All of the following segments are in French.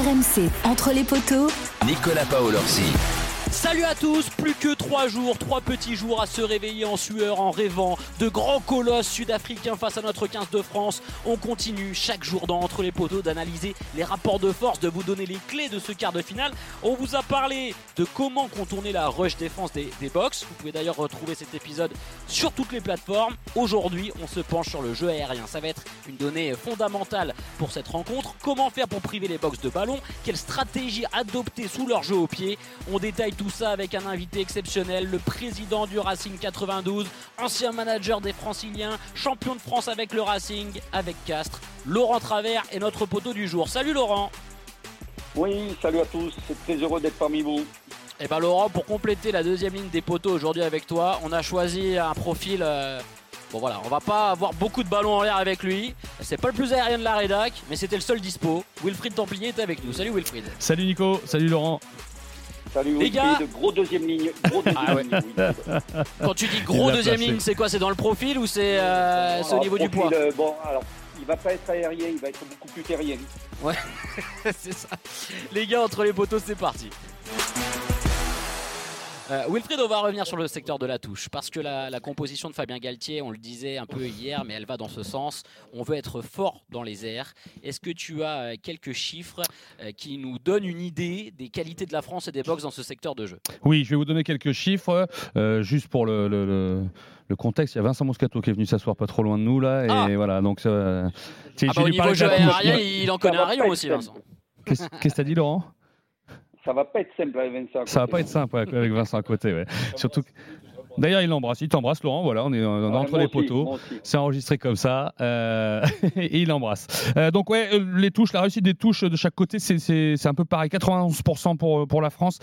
RMC, entre les poteaux, Nicolas Paolorsi. Salut à tous, plus que 3 petits jours à se réveiller en sueur en rêvant de grands colosses sud-africains face à notre 15 de France. On continue chaque jour dans Entre les poteaux d'analyser les rapports de force, de vous donner les clés de ce quart de finale. On vous a parlé de comment contourner la rush défense des Box. Vous pouvez d'ailleurs retrouver cet épisode sur toutes les plateformes. Aujourd'hui, on se penche sur le jeu aérien. Ça va être une donnée fondamentale pour cette rencontre. Comment faire pour priver les Box de ballon? Quelle stratégie adopter sous leur jeu au pied? On détaille tout ça avec un invité exceptionnel, le président du Racing 92, ancien manager des Franciliens, champion de France avec le Racing, avec Castres. Laurent Travers est notre poteau du jour. Salut Laurent. Oui, salut à tous, c'est très heureux d'être parmi vous. Et ben Laurent, pour compléter la deuxième ligne des poteaux aujourd'hui avec toi, on a choisi un profil... Bon voilà, on va pas avoir beaucoup de ballons en l'air avec lui. C'est pas le plus aérien de la rédac, mais c'était le seul dispo. Wilfried Templier est avec nous. Salut Wilfried. Salut Nico, salut Laurent. Salut les gars, de gros deuxième ligne. Ligne, oui. Quand tu dis gros deuxième ligne, c'est quoi? C'est dans le profil ou c'est au niveau du poids? Bon, alors, il va pas être aérien, il va être beaucoup plus terrien. Ouais, c'est ça. Les gars, entre les poteaux, c'est parti. Wilfried, on va revenir sur le secteur de la touche parce que la composition de Fabien Galtier, on le disait un peu hier, mais elle va dans ce sens. On veut être fort dans les airs. Est-ce que tu as quelques chiffres qui nous donnent une idée des qualités de la France et des Box dans ce secteur de jeu? Oui, je vais vous donner quelques chiffres. Juste pour le contexte, il y a Vincent Moscato qui est venu s'asseoir pas trop loin de nous là. Et voilà, donc au niveau jeu aérien, il en connaît un rayon aussi, Vincent. Qu'est-ce que tu as dit, Laurent? Ça va pas être simple avec Vincent. Ça va pas être simple avec Vincent à côté. Ouais. Surtout. D'ailleurs, il t'embrasse, Laurent. Voilà, on est entre les poteaux. C'est enregistré comme ça, et il embrasse. Donc ouais, les touches, la réussite des touches de chaque côté, c'est un peu pareil. 91% pour la France,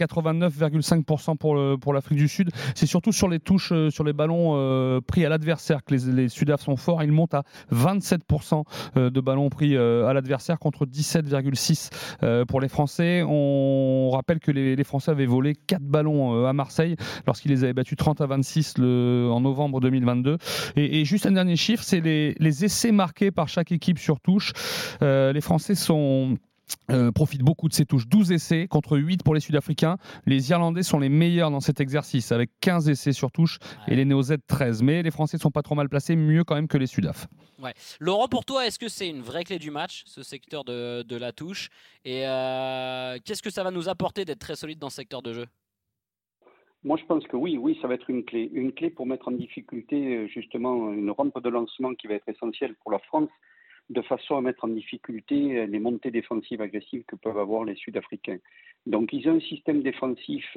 89,5% pour l'Afrique du Sud. C'est surtout sur les touches, sur les ballons pris à l'adversaire que les Sudaf sont forts. Ils montent à 27% de ballons pris à l'adversaire contre 17,6% pour les Français. On rappelle que les Français avaient volé 4 ballons à Marseille lorsqu'ils les avaient battus 30-26 en novembre 2022. Et juste un dernier chiffre, c'est les essais marqués par chaque équipe sur touche. Les Français profitent beaucoup de ces touches. 12 essais contre 8 pour les Sud-Africains. Les Irlandais sont les meilleurs dans cet exercice avec 15 essais sur touche et les Néo-Z 13. Mais les Français ne sont pas trop mal placés, mieux quand même que les Sudaf. Ouais. Laurent, pour toi, est-ce que c'est une vraie clé du match, ce secteur de la touche? Et qu'est-ce que ça va nous apporter d'être très solide dans ce secteur de jeu? Moi, je pense que oui, ça va être une clé. Une clé pour mettre en difficulté, justement, une rampe de lancement qui va être essentielle pour la France, de façon à mettre en difficulté les montées défensives agressives que peuvent avoir les Sud-Africains. Donc, ils ont un système défensif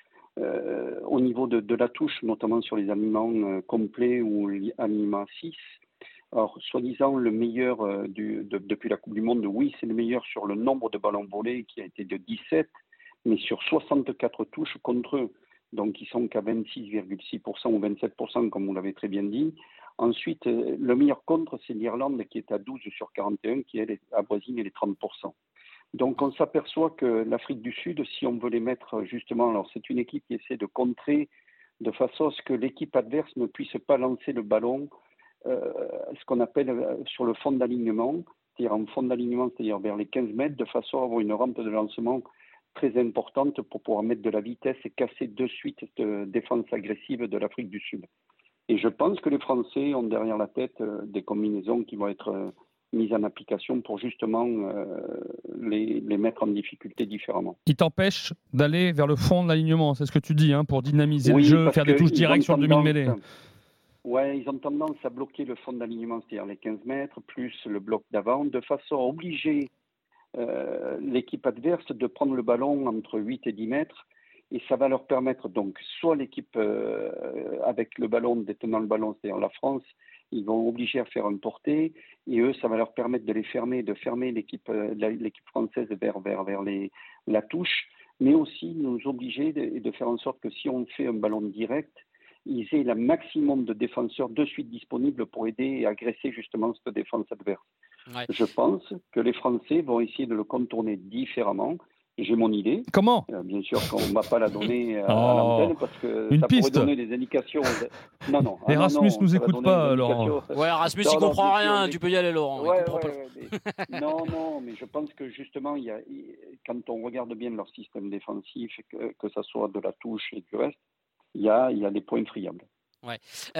au niveau de la touche, notamment sur les alignements complets ou alignements 6. Alors, soi-disant, le meilleur depuis la Coupe du Monde, oui, c'est le meilleur sur le nombre de ballons volés qui a été de 17, mais sur 64 touches contre eux. Donc, ils sont qu'à 26,6% ou 27%, comme vous l'avez très bien dit. Ensuite, le meilleur contre, c'est l'Irlande qui est à 12 sur 41, qui elle, avoisine les 30%. Donc, on s'aperçoit que l'Afrique du Sud, si on veut les mettre justement, alors c'est une équipe qui essaie de contrer de façon à ce que l'équipe adverse ne puisse pas lancer le ballon, ce qu'on appelle sur le fond d'alignement, c'est-à-dire en fond d'alignement, c'est-à-dire vers les 15 mètres, de façon à avoir une rampe de lancement très importante pour pouvoir mettre de la vitesse et casser de suite cette défense agressive de l'Afrique du Sud. Et je pense que les Français ont derrière la tête des combinaisons qui vont être mises en application pour justement les mettre en difficulté différemment. Ils t'empêchent d'aller vers le fond de l'alignement, c'est ce que tu dis, hein, pour dynamiser le jeu, faire des touches directes sur le demi-mêlée. Oui, ils ont tendance à bloquer le fond d'alignement, c'est-à-dire les 15 mètres, plus le bloc d'avant, de façon à obliger l'équipe adverse de prendre le ballon entre 8 et 10 mètres, et ça va leur permettre donc soit l'équipe avec le ballon, détenant le ballon, c'est-à-dire la France, ils vont obliger à faire un porté, et eux ça va leur permettre de de fermer l'équipe française vers la touche, mais aussi nous obliger de faire en sorte que si on fait un ballon direct, ils aient le maximum de défenseurs de suite disponibles pour aider et agresser justement cette défense adverse. Ouais. Je pense que les Français vont essayer de le contourner différemment J'ai mon idée. Comment ? Bien sûr qu'on ne va pas la donner à l'antenne parce que une ça piste. pourrait donner des indications. Non. Erasmus nous écoute pas, Laurent. Ouais, Erasmus, il comprend rien. Tu peux y aller, Laurent. Non, mais je pense que justement, quand on regarde bien leur système défensif, que ça soit de la touche et du reste, il y a des points friables. Ouais.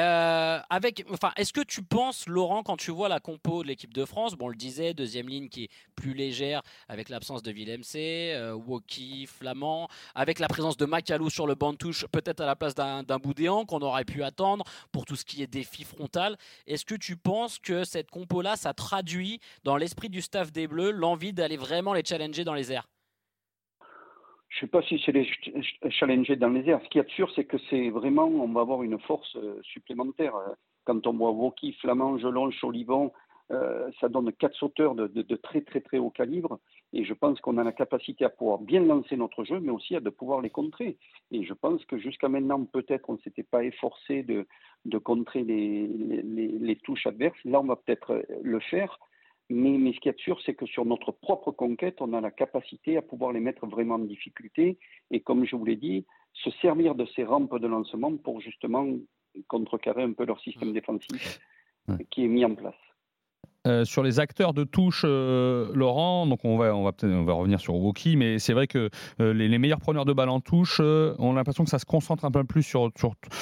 Est-ce que tu penses, Laurent, quand tu vois la compo de l'équipe de France, on le disait, deuxième ligne qui est plus légère avec l'absence de Willemse, Woki, Flamand, avec la présence de Macalou sur le banc de touche, peut-être à la place d'un Boudéan qu'on aurait pu attendre pour tout ce qui est défi frontal. Est-ce que tu penses que cette compo-là, ça traduit dans l'esprit du staff des Bleus l'envie d'aller vraiment les challenger dans les airs ? Je ne sais pas si c'est les challenger dans les airs. Ce qu'il y a de sûr, c'est que c'est vraiment, on va avoir une force supplémentaire. Quand on voit Woki, Flamand, Jelonche, Olivon, ça donne 4 sauteurs de très très très haut calibre. Et je pense qu'on a la capacité à pouvoir bien lancer notre jeu, mais aussi à de pouvoir les contrer. Et je pense que jusqu'à maintenant, peut-être, on ne s'était pas efforcé de contrer les touches adverses. Là, on va peut-être le faire. Mais ce qui est sûr, c'est que sur notre propre conquête, on a la capacité à pouvoir les mettre vraiment en difficulté. Et comme je vous l'ai dit, se servir de ces rampes de lancement pour justement contrecarrer un peu leur système défensif qui est mis en place. Sur les acteurs de touche, Laurent, donc on va revenir sur Woki, mais c'est vrai que les meilleurs preneurs de balles en touche, on a l'impression que ça se concentre un peu plus sur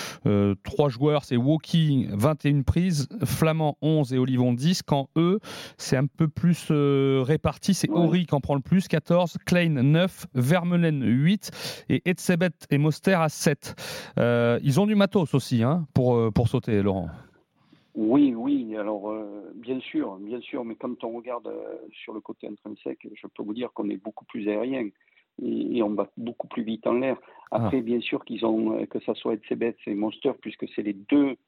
3 joueurs. C'est Woki, 21 prises, Flamand 11 et Olivon 10, quand eux, c'est un peu plus réparti. C'est Horry qui en prend le plus, 14, Klein 9, Vermeulen 8 et Etzebeth et Moster à 7. Ils ont du matos aussi pour sauter, Laurent. Oui, alors bien sûr, mais quand on regarde sur le côté intrinsèque, je peux vous dire qu'on est beaucoup plus aérien et on va beaucoup plus vite en l'air. Après, bien sûr qu'ils ont, que ça soit Etzebeth et Monster, puisque c'est les deux,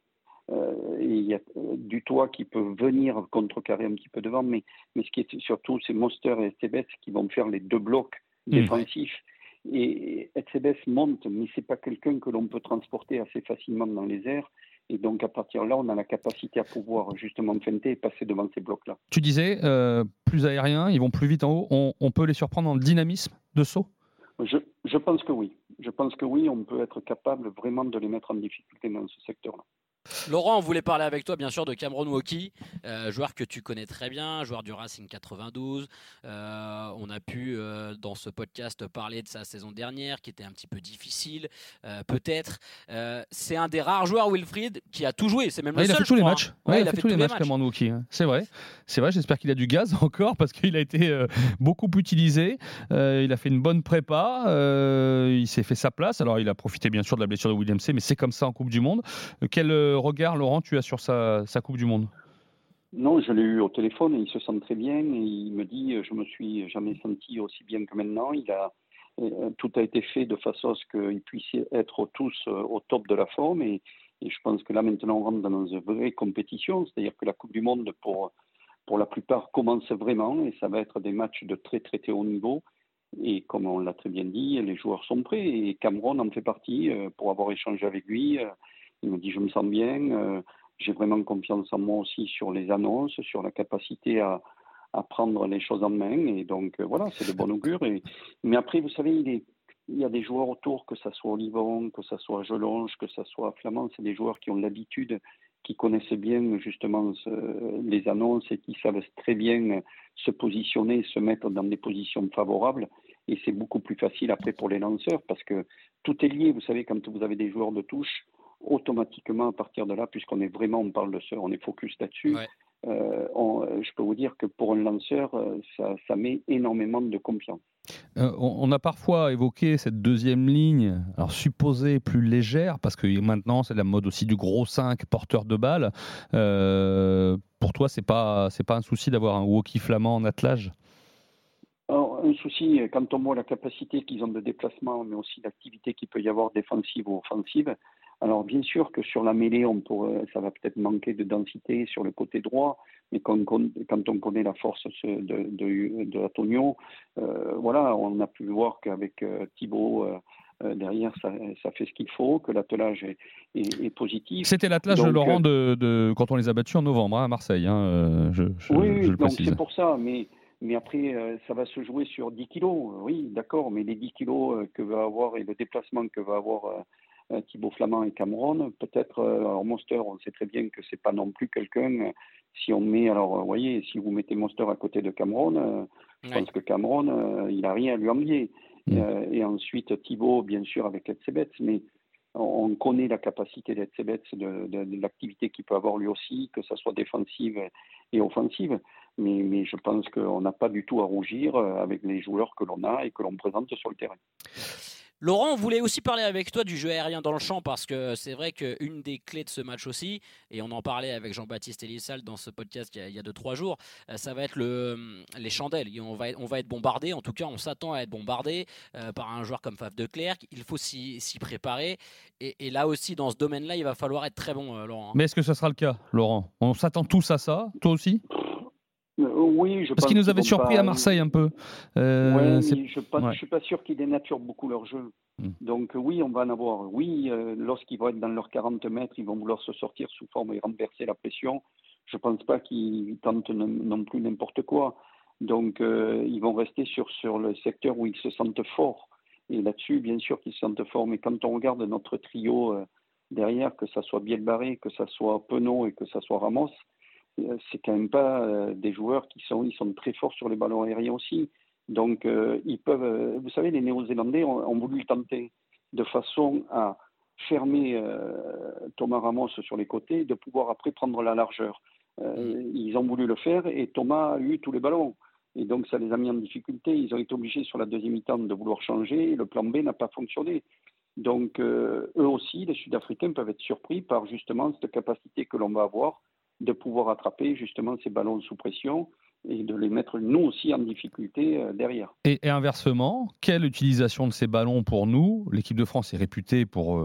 il y a du toit qui peut venir contrecarrer un petit peu devant, mais ce qui est surtout, c'est Monster et Etzebeth qui vont faire les 2 blocs défensifs. Et Etzebeth monte, mais c'est pas quelqu'un que l'on peut transporter assez facilement dans les airs. Et donc, à partir de là, on a la capacité à pouvoir justement feinter et passer devant ces blocs-là. Tu disais, plus aériens, ils vont plus vite en haut. On peut les surprendre dans le dynamisme de saut ? Je pense que oui. Je pense que oui, on peut être capable vraiment de les mettre en difficulté dans ce secteur-là. Laurent, on voulait parler avec toi bien sûr de Cameron Woki, joueur que tu connais très bien, joueur du Racing 92. On a pu dans ce podcast parler de sa saison dernière qui était un petit peu difficile, peut-être. C'est un des rares joueurs, Wilfried, qui a tout joué. C'est même le seul. Il a fait tous les matchs. Il a fait tous les matchs, Cameron Woki. C'est vrai. J'espère qu'il a du gaz encore parce qu'il a été beaucoup utilisé. Il a fait une bonne prépa. Il s'est fait sa place. Alors il a profité bien sûr de la blessure de Williams, mais c'est comme ça en Coupe du Monde. Quel regard, Laurent, tu as sur sa Coupe du Monde ? Non, je l'ai eu au téléphone et il se sent très bien. Et il me dit, je me suis jamais senti aussi bien que maintenant. Tout a été fait de façon à ce qu'ils puissent être tous au top de la forme. Et je pense que là, maintenant, on rentre dans une vraie compétition. C'est-à-dire que la Coupe du Monde, pour la plupart, commence vraiment. Et ça va être des matchs de très, très, très haut niveau. Et comme on l'a très bien dit, les joueurs sont prêts. Et Cameron en fait partie. Pour avoir échangé avec lui, il me dit, je me sens bien. J'ai vraiment confiance en moi aussi sur les annonces, sur la capacité à prendre les choses en main. Et donc, voilà, c'est de bon augure. Mais après, vous savez, il y a des joueurs autour, que ça soit Olivon, que ça soit Jelonche, que ça soit Flamand. C'est des joueurs qui ont l'habitude, qui connaissent bien justement les annonces et qui savent très bien se positionner, se mettre dans des positions favorables. Et c'est beaucoup plus facile après pour les lanceurs parce que tout est lié. Vous savez, quand vous avez des joueurs de touche, automatiquement à partir de là, puisqu'on est vraiment, on parle de ça, on est focus là-dessus, je peux vous dire que pour un lanceur, ça met énormément de confiance. On a parfois évoqué cette deuxième ligne, alors supposée plus légère, parce que maintenant c'est la mode aussi du gros 5 porteur de balles. Pour toi, c'est pas un souci d'avoir un Woki Flamand en attelage ? Alors, un souci, quand on voit la capacité qu'ils ont de déplacement, mais aussi l'activité qu'il peut y avoir défensive ou offensive. Alors, bien sûr que sur la mêlée, ça va peut-être manquer de densité sur le côté droit, mais quand on connaît la force de Antonio, voilà, on a pu voir qu'avec Thibaut, derrière, ça fait ce qu'il faut, que l'attelage est positif. C'était l'attelage de Laurent quand on les a battus en novembre à Marseille, je oui, le précise. Donc c'est pour ça, mais Mais après, ça va se jouer sur 10 kilos. Oui, d'accord, mais les 10 kilos que va avoir et le déplacement que va avoir Thibaut Flament et Cameron, peut-être, alors Monster, on sait très bien que c'est pas non plus quelqu'un, si on met, alors vous voyez, si vous mettez Monster à côté de Cameron, je pense que Cameron, il n'a rien à lui envier. Et ensuite Thibaut, bien sûr, avec Etsebets, mais on connaît la capacité d'Etsebets, de l'activité qu'il peut avoir lui aussi, que ce soit défensive et offensive. Mais je pense qu'on n'a pas du tout à rougir avec les joueurs que l'on a et que l'on présente sur le terrain. Laurent, on voulait aussi parler avec toi du jeu aérien dans le champ parce que c'est vrai qu'une des clés de ce match aussi, et on en parlait avec Jean-Baptiste Elissalde dans ce podcast il y a 2-3 jours, ça va être les chandelles. On va être bombardé, en tout cas on s'attend à être bombardé par un joueur comme Faf de Clercq. Il faut s'y préparer et là aussi dans ce domaine-là il va falloir être très bon, Laurent. Mais est-ce que ce sera le cas, Laurent? On s'attend tous à ça, toi aussi? Oui, je pense. Parce qu'ils nous avaient surpris à Marseille un peu. Oui, mais je suis pas sûr qu'ils dénaturent beaucoup leur jeu. Donc oui, on va en avoir. Oui, lorsqu'ils vont être dans leurs 40 mètres, ils vont vouloir se sortir sous forme et renverser la pression. Je pense pas qu'ils tentent non plus n'importe quoi. Donc ils vont rester sur le secteur où ils se sentent forts. Et là-dessus, bien sûr qu'ils se sentent forts. Mais quand on regarde notre trio derrière, que ça soit Bielbarré, que ça soit Penaud et que ça soit Ramos, c'est quand même pas des joueurs ils sont très forts sur les ballons aériens aussi. Donc ils peuvent, vous savez, les Néo-Zélandais ont voulu le tenter de façon à fermer Thomas Ramos sur les côtés, de pouvoir après prendre la largeur. Ils ont voulu le faire et Thomas a eu tous les ballons. Et donc ça les a mis en difficulté. Ils ont été obligés sur la deuxième mi-temps de vouloir changer. Le plan B n'a pas fonctionné. Donc eux aussi, les Sud-Africains peuvent être surpris par justement cette capacité que l'on va avoir de pouvoir attraper justement ces ballons sous pression et de les mettre nous aussi en difficulté derrière. Et inversement, quelle utilisation de ces ballons pour nous? L'équipe de France est réputée pour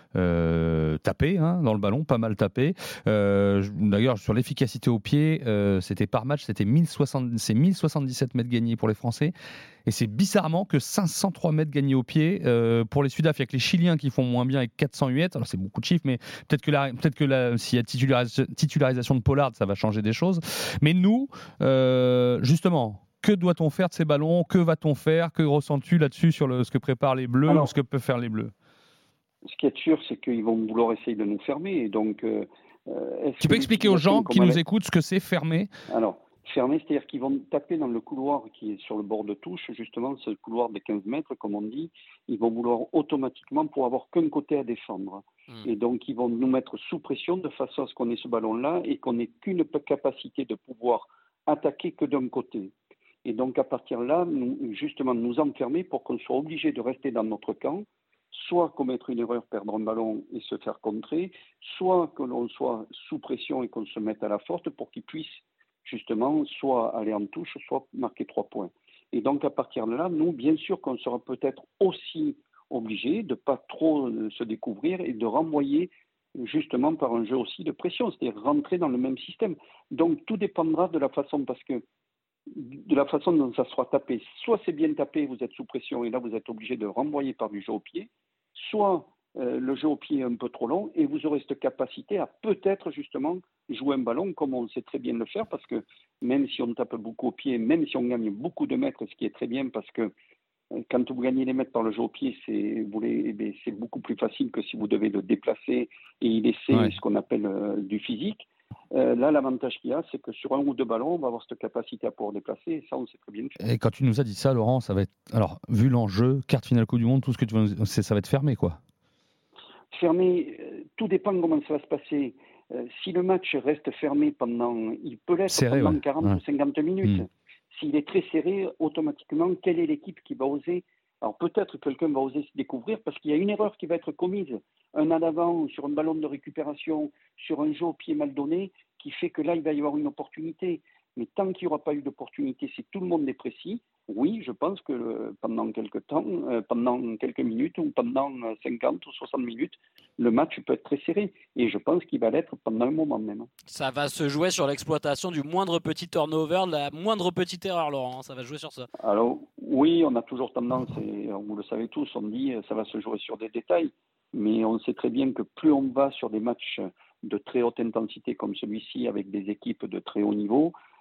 taper dans le ballon, pas mal taper. D'ailleurs, sur l'efficacité au pied, c'était par match, c'est 1077 mètres gagnés pour les Français. Et c'est bizarrement que 503 mètres gagnés au pied pour les Sudaf. Il n'y a que les Chiliens qui font moins bien avec 408. Alors c'est beaucoup de chiffres, mais peut-être que s'il y a titularisation de Pollard, ça va changer des choses. Mais nous, justement, que doit-on faire de ces ballons? Que va-t-on faire? Que ressens-tu là-dessus sur ce que préparent les Bleus ou ce que peuvent faire les Bleus? Ce qui est sûr, c'est qu'ils vont vouloir essayer de nous fermer. Et donc, tu peux expliquer aux gens qui nous écoutent ce que c'est fermer? Alors, fermer, c'est-à-dire qu'ils vont taper dans le couloir qui est sur le bord de touche, justement, ce couloir des 15 mètres, comme on dit. Ils vont vouloir automatiquement pour avoir qu'un côté à défendre. Et donc, ils vont nous mettre sous pression de façon à ce qu'on ait ce ballon-là et qu'on n'ait qu'une capacité de pouvoir attaquer que d'un côté. Et donc, à partir de là, nous enfermer pour qu'on soit obligé de rester dans notre camp, soit commettre une erreur, perdre un ballon et se faire contrer, soit que l'on soit sous pression et qu'on se mette à la force pour qu'ils puissent justement soit aller en touche, soit marquer 3 points. Et donc, à partir de là, nous, bien sûr qu'on sera peut-être aussi obligé de ne pas trop se découvrir et de renvoyer justement par un jeu aussi de pression, c'est-à-dire rentrer dans le même système. Donc, tout dépendra de la façon, parce que de la façon dont ça sera tapé. Soit c'est bien tapé, vous êtes sous pression et là, vous êtes obligé de renvoyer par du jeu au pied, soit le jeu au pied est un peu trop long et vous aurez cette capacité à peut-être justement jouer un ballon comme on sait très bien le faire, parce que même si on tape beaucoup au pied, même si on gagne beaucoup de mètres, ce qui est très bien parce que quand vous gagnez les mètres par le jeu au pied, c'est beaucoup plus facile que si vous devez le déplacer et y laisser ce qu'on appelle du physique. Là, l'avantage qu'il y a, c'est que sur un ou deux ballons, on va avoir cette capacité à pouvoir déplacer, et ça, on sait très bien le faire. Et quand tu nous as dit ça, Laurent, ça va être... Alors, vu l'enjeu, quart finale Coupe du Monde, tout ce que tu veux, ça va être fermé, quoi. Fermé, tout dépend comment ça va se passer. Si le match reste fermé il peut l'être serré, pendant 40 ou 50 minutes. S'il est très serré, automatiquement, quelle est l'équipe qui va oser? Alors peut-être que quelqu'un va oser se découvrir parce qu'il y a une erreur qui va être commise. Un à l'avant sur un ballon de récupération, sur un jeu au pied mal donné, qui fait que là, il va y avoir une opportunité. Mais tant qu'il n'y aura pas eu d'opportunité, si tout le monde est précis, oui, je pense que pendant quelques minutes ou pendant 50 ou 60 minutes, le match peut être très serré. Et je pense qu'il va l'être pendant un moment même. Ça va se jouer sur l'exploitation du moindre petit turnover, de la moindre petite erreur, Laurent. Ça va jouer sur ça. Alors, oui, on a toujours tendance, et vous le savez tous, on dit ça va se jouer sur des détails. Mais on sait très bien que plus on va sur des matchs de très haute intensité comme celui-ci, avec des équipes de très haut niveau,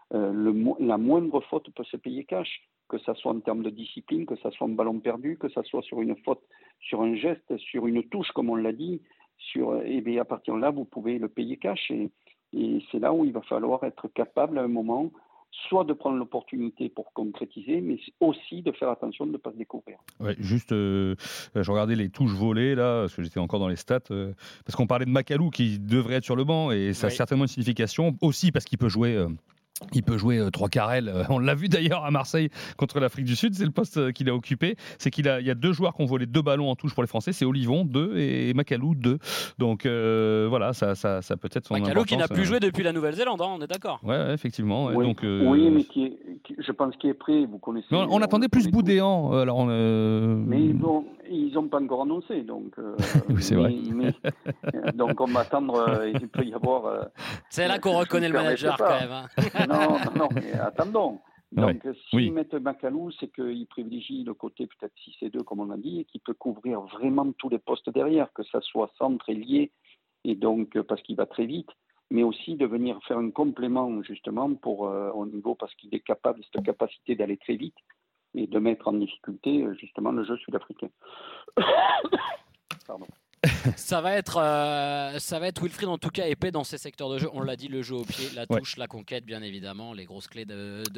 la moindre faute peut se payer cash, que ça soit en termes de discipline, que ça soit un ballon perdu, que ça soit sur une faute, sur un geste, sur une touche, comme on l'a dit. Et bien à partir de là, vous pouvez le payer cash. Et c'est là où il va falloir être capable à un moment, soit de prendre l'opportunité pour concrétiser, mais aussi de faire attention de ne pas se découvrir. Ouais, juste, je regardais les touches volées, là, parce que j'étais encore dans les stats, parce qu'on parlait de Macalou qui devrait être sur le banc, et ça a certainement une signification, aussi parce qu'il peut jouer... Il peut jouer 3 quarts aile. On l'a vu d'ailleurs à Marseille contre l'Afrique du Sud, c'est le poste qu'il a occupé. C'est il y a 2 joueurs qui ont volé 2 ballons en touche pour les Français, c'est Olivon 2 et Macalou 2. Donc voilà, ça peut être son Macalou qui n'a plus joué depuis la Nouvelle-Zélande, hein, on est d'accord. Ouais, effectivement. Oui, donc, oui, mais je pense qu'il est prêt, vous connaissez. Non, on attendait plus Boudéan. Alors mais bon, ils n'ont pas encore annoncé, donc. Oui, c'est vrai. Donc on va attendre, il peut y avoir. C'est là qu'on reconnaît le manager quand même. Hein. Non, mais attendons. Donc, s'ils oui. mettent Macalou, c'est qu'ils privilégient le côté peut-être 6-2, comme on a dit, et qui peut couvrir vraiment tous les postes derrière, que ça soit centre et lié, et donc, parce qu'il va très vite, mais aussi de venir faire un complément, justement, pour, au niveau, parce qu'il est capable, cette capacité d'aller très vite, et de mettre en difficulté, justement, le jeu sud-africain. Pardon. Ça va être Wilfried en tout cas épais dans ces secteurs de jeu. On l'a dit, le jeu au pied, la touche, la conquête bien évidemment, les grosses clés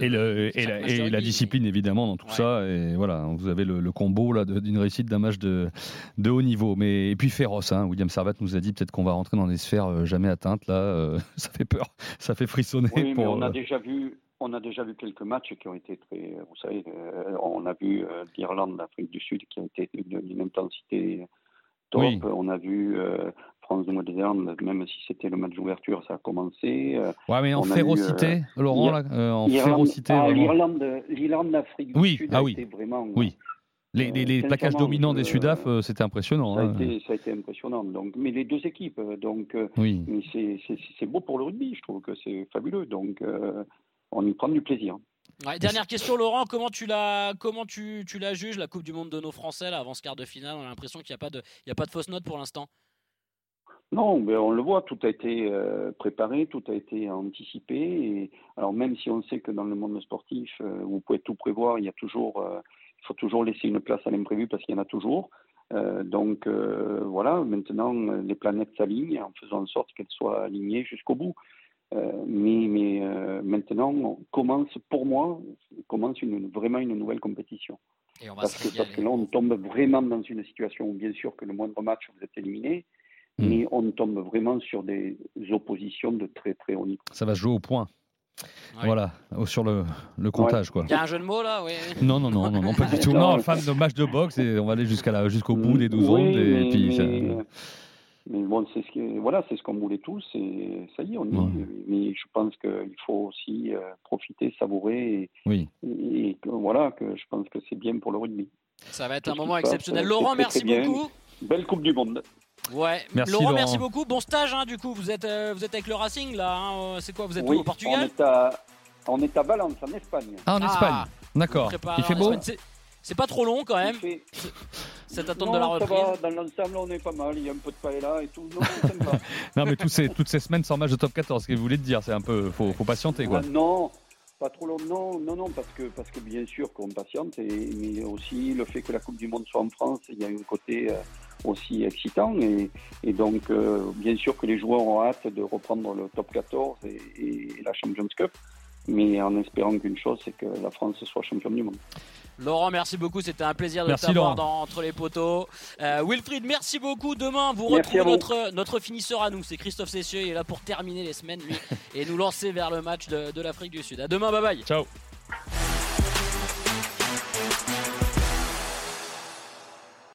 et la discipline évidemment dans tout ça. Et voilà, vous avez le combo là d'une réussite d'un match de haut niveau. Et puis féroce. Hein. William Servat nous a dit peut-être qu'on va rentrer dans des sphères jamais atteintes. Là, ça fait peur, ça fait frissonner. Oui, mais on a déjà vu quelques matchs qui ont été très. Vous savez, on a vu l'Irlande, l'Afrique du Sud qui a été d'une intensité. Top. Oui. On a vu France de Nouvelle-Zélande, même si c'était le match d'ouverture, ça a commencé. Ouais, mais en férocité, Laurent, en férocité. L'Irlande, l'Afrique du Sud a été vraiment. Oui. Les plaquages dominants des Sudaf, c'était impressionnant. Ça a été impressionnant. Donc, mais les deux équipes, donc, mais c'est beau pour le rugby, je trouve que c'est fabuleux. Donc, on y prend du plaisir. Ouais, dernière question, Laurent, comment tu la juges, la Coupe du Monde de nos Français là, avant ce quart de finale? On a l'impression qu'il n'y a pas de fausse note pour l'instant. Non, mais on le voit, tout a été préparé, tout a été anticipé. Et, alors même si on sait que dans le monde sportif, vous pouvez tout prévoir, il faut toujours laisser une place à l'imprévu parce qu'il y en a toujours. Donc voilà, maintenant les planètes s'alignent en faisant en sorte qu'elles soient alignées jusqu'au bout. Mais maintenant, on commence vraiment une nouvelle compétition. Et on va parce que là, on tombe vraiment dans une situation où, bien sûr, que le moindre match, vous êtes éliminé, mais on tombe vraiment sur des oppositions de très, très haut niveau. Ça va se jouer au point. Ouais. Voilà, sur le comptage. Quoi. Il y a un jeu de mots là, oui. Non, pas du tout. Non, fan de match de boxe, et on va aller jusqu'au bout des 12 rondes. Et puis, mais bon, c'est ce qu'on voulait tous, et ça y est, on y est. Mais je pense qu'il faut aussi profiter, savourer, et voilà, que je pense que c'est bien pour le rugby. Ça va être un moment exceptionnel. Laurent, merci beaucoup. Belle Coupe du Monde. Ouais, Laurent, merci beaucoup. Bon stage, hein, du coup, vous êtes avec le Racing, là. Hein. C'est quoi, vous êtes où, au Portugal? On est à Valence, en Espagne. Ah, en Espagne, d'accord. Il fait beau? C'est pas trop long, quand même. Cette attente de la reprise. Ça va, dans l'ensemble, on est pas mal. Il y a un peu de paella et tout. Non, c'est sympa. Non, mais toutes ces semaines sans match de top 14, ce que vous voulez dire, c'est un peu. Faut patienter, quoi. Non, pas trop long. Non, parce que bien sûr qu'on patiente, mais aussi le fait que la Coupe du Monde soit en France, il y a un côté aussi excitant. Et donc, bien sûr que les joueurs ont hâte de reprendre le top 14 et la Champions Cup. Mais en espérant qu'une chose, c'est que la France soit championne du monde. Laurent, merci beaucoup, c'était un plaisir de t'avoir entre les poteaux. Wilfried, merci beaucoup. Demain, vous retrouvez notre finisseur à nous, c'est Christophe Cessieux. Il est là pour terminer les semaines, lui, et nous lancer vers le match de l'Afrique du Sud. À demain, bye bye. Ciao.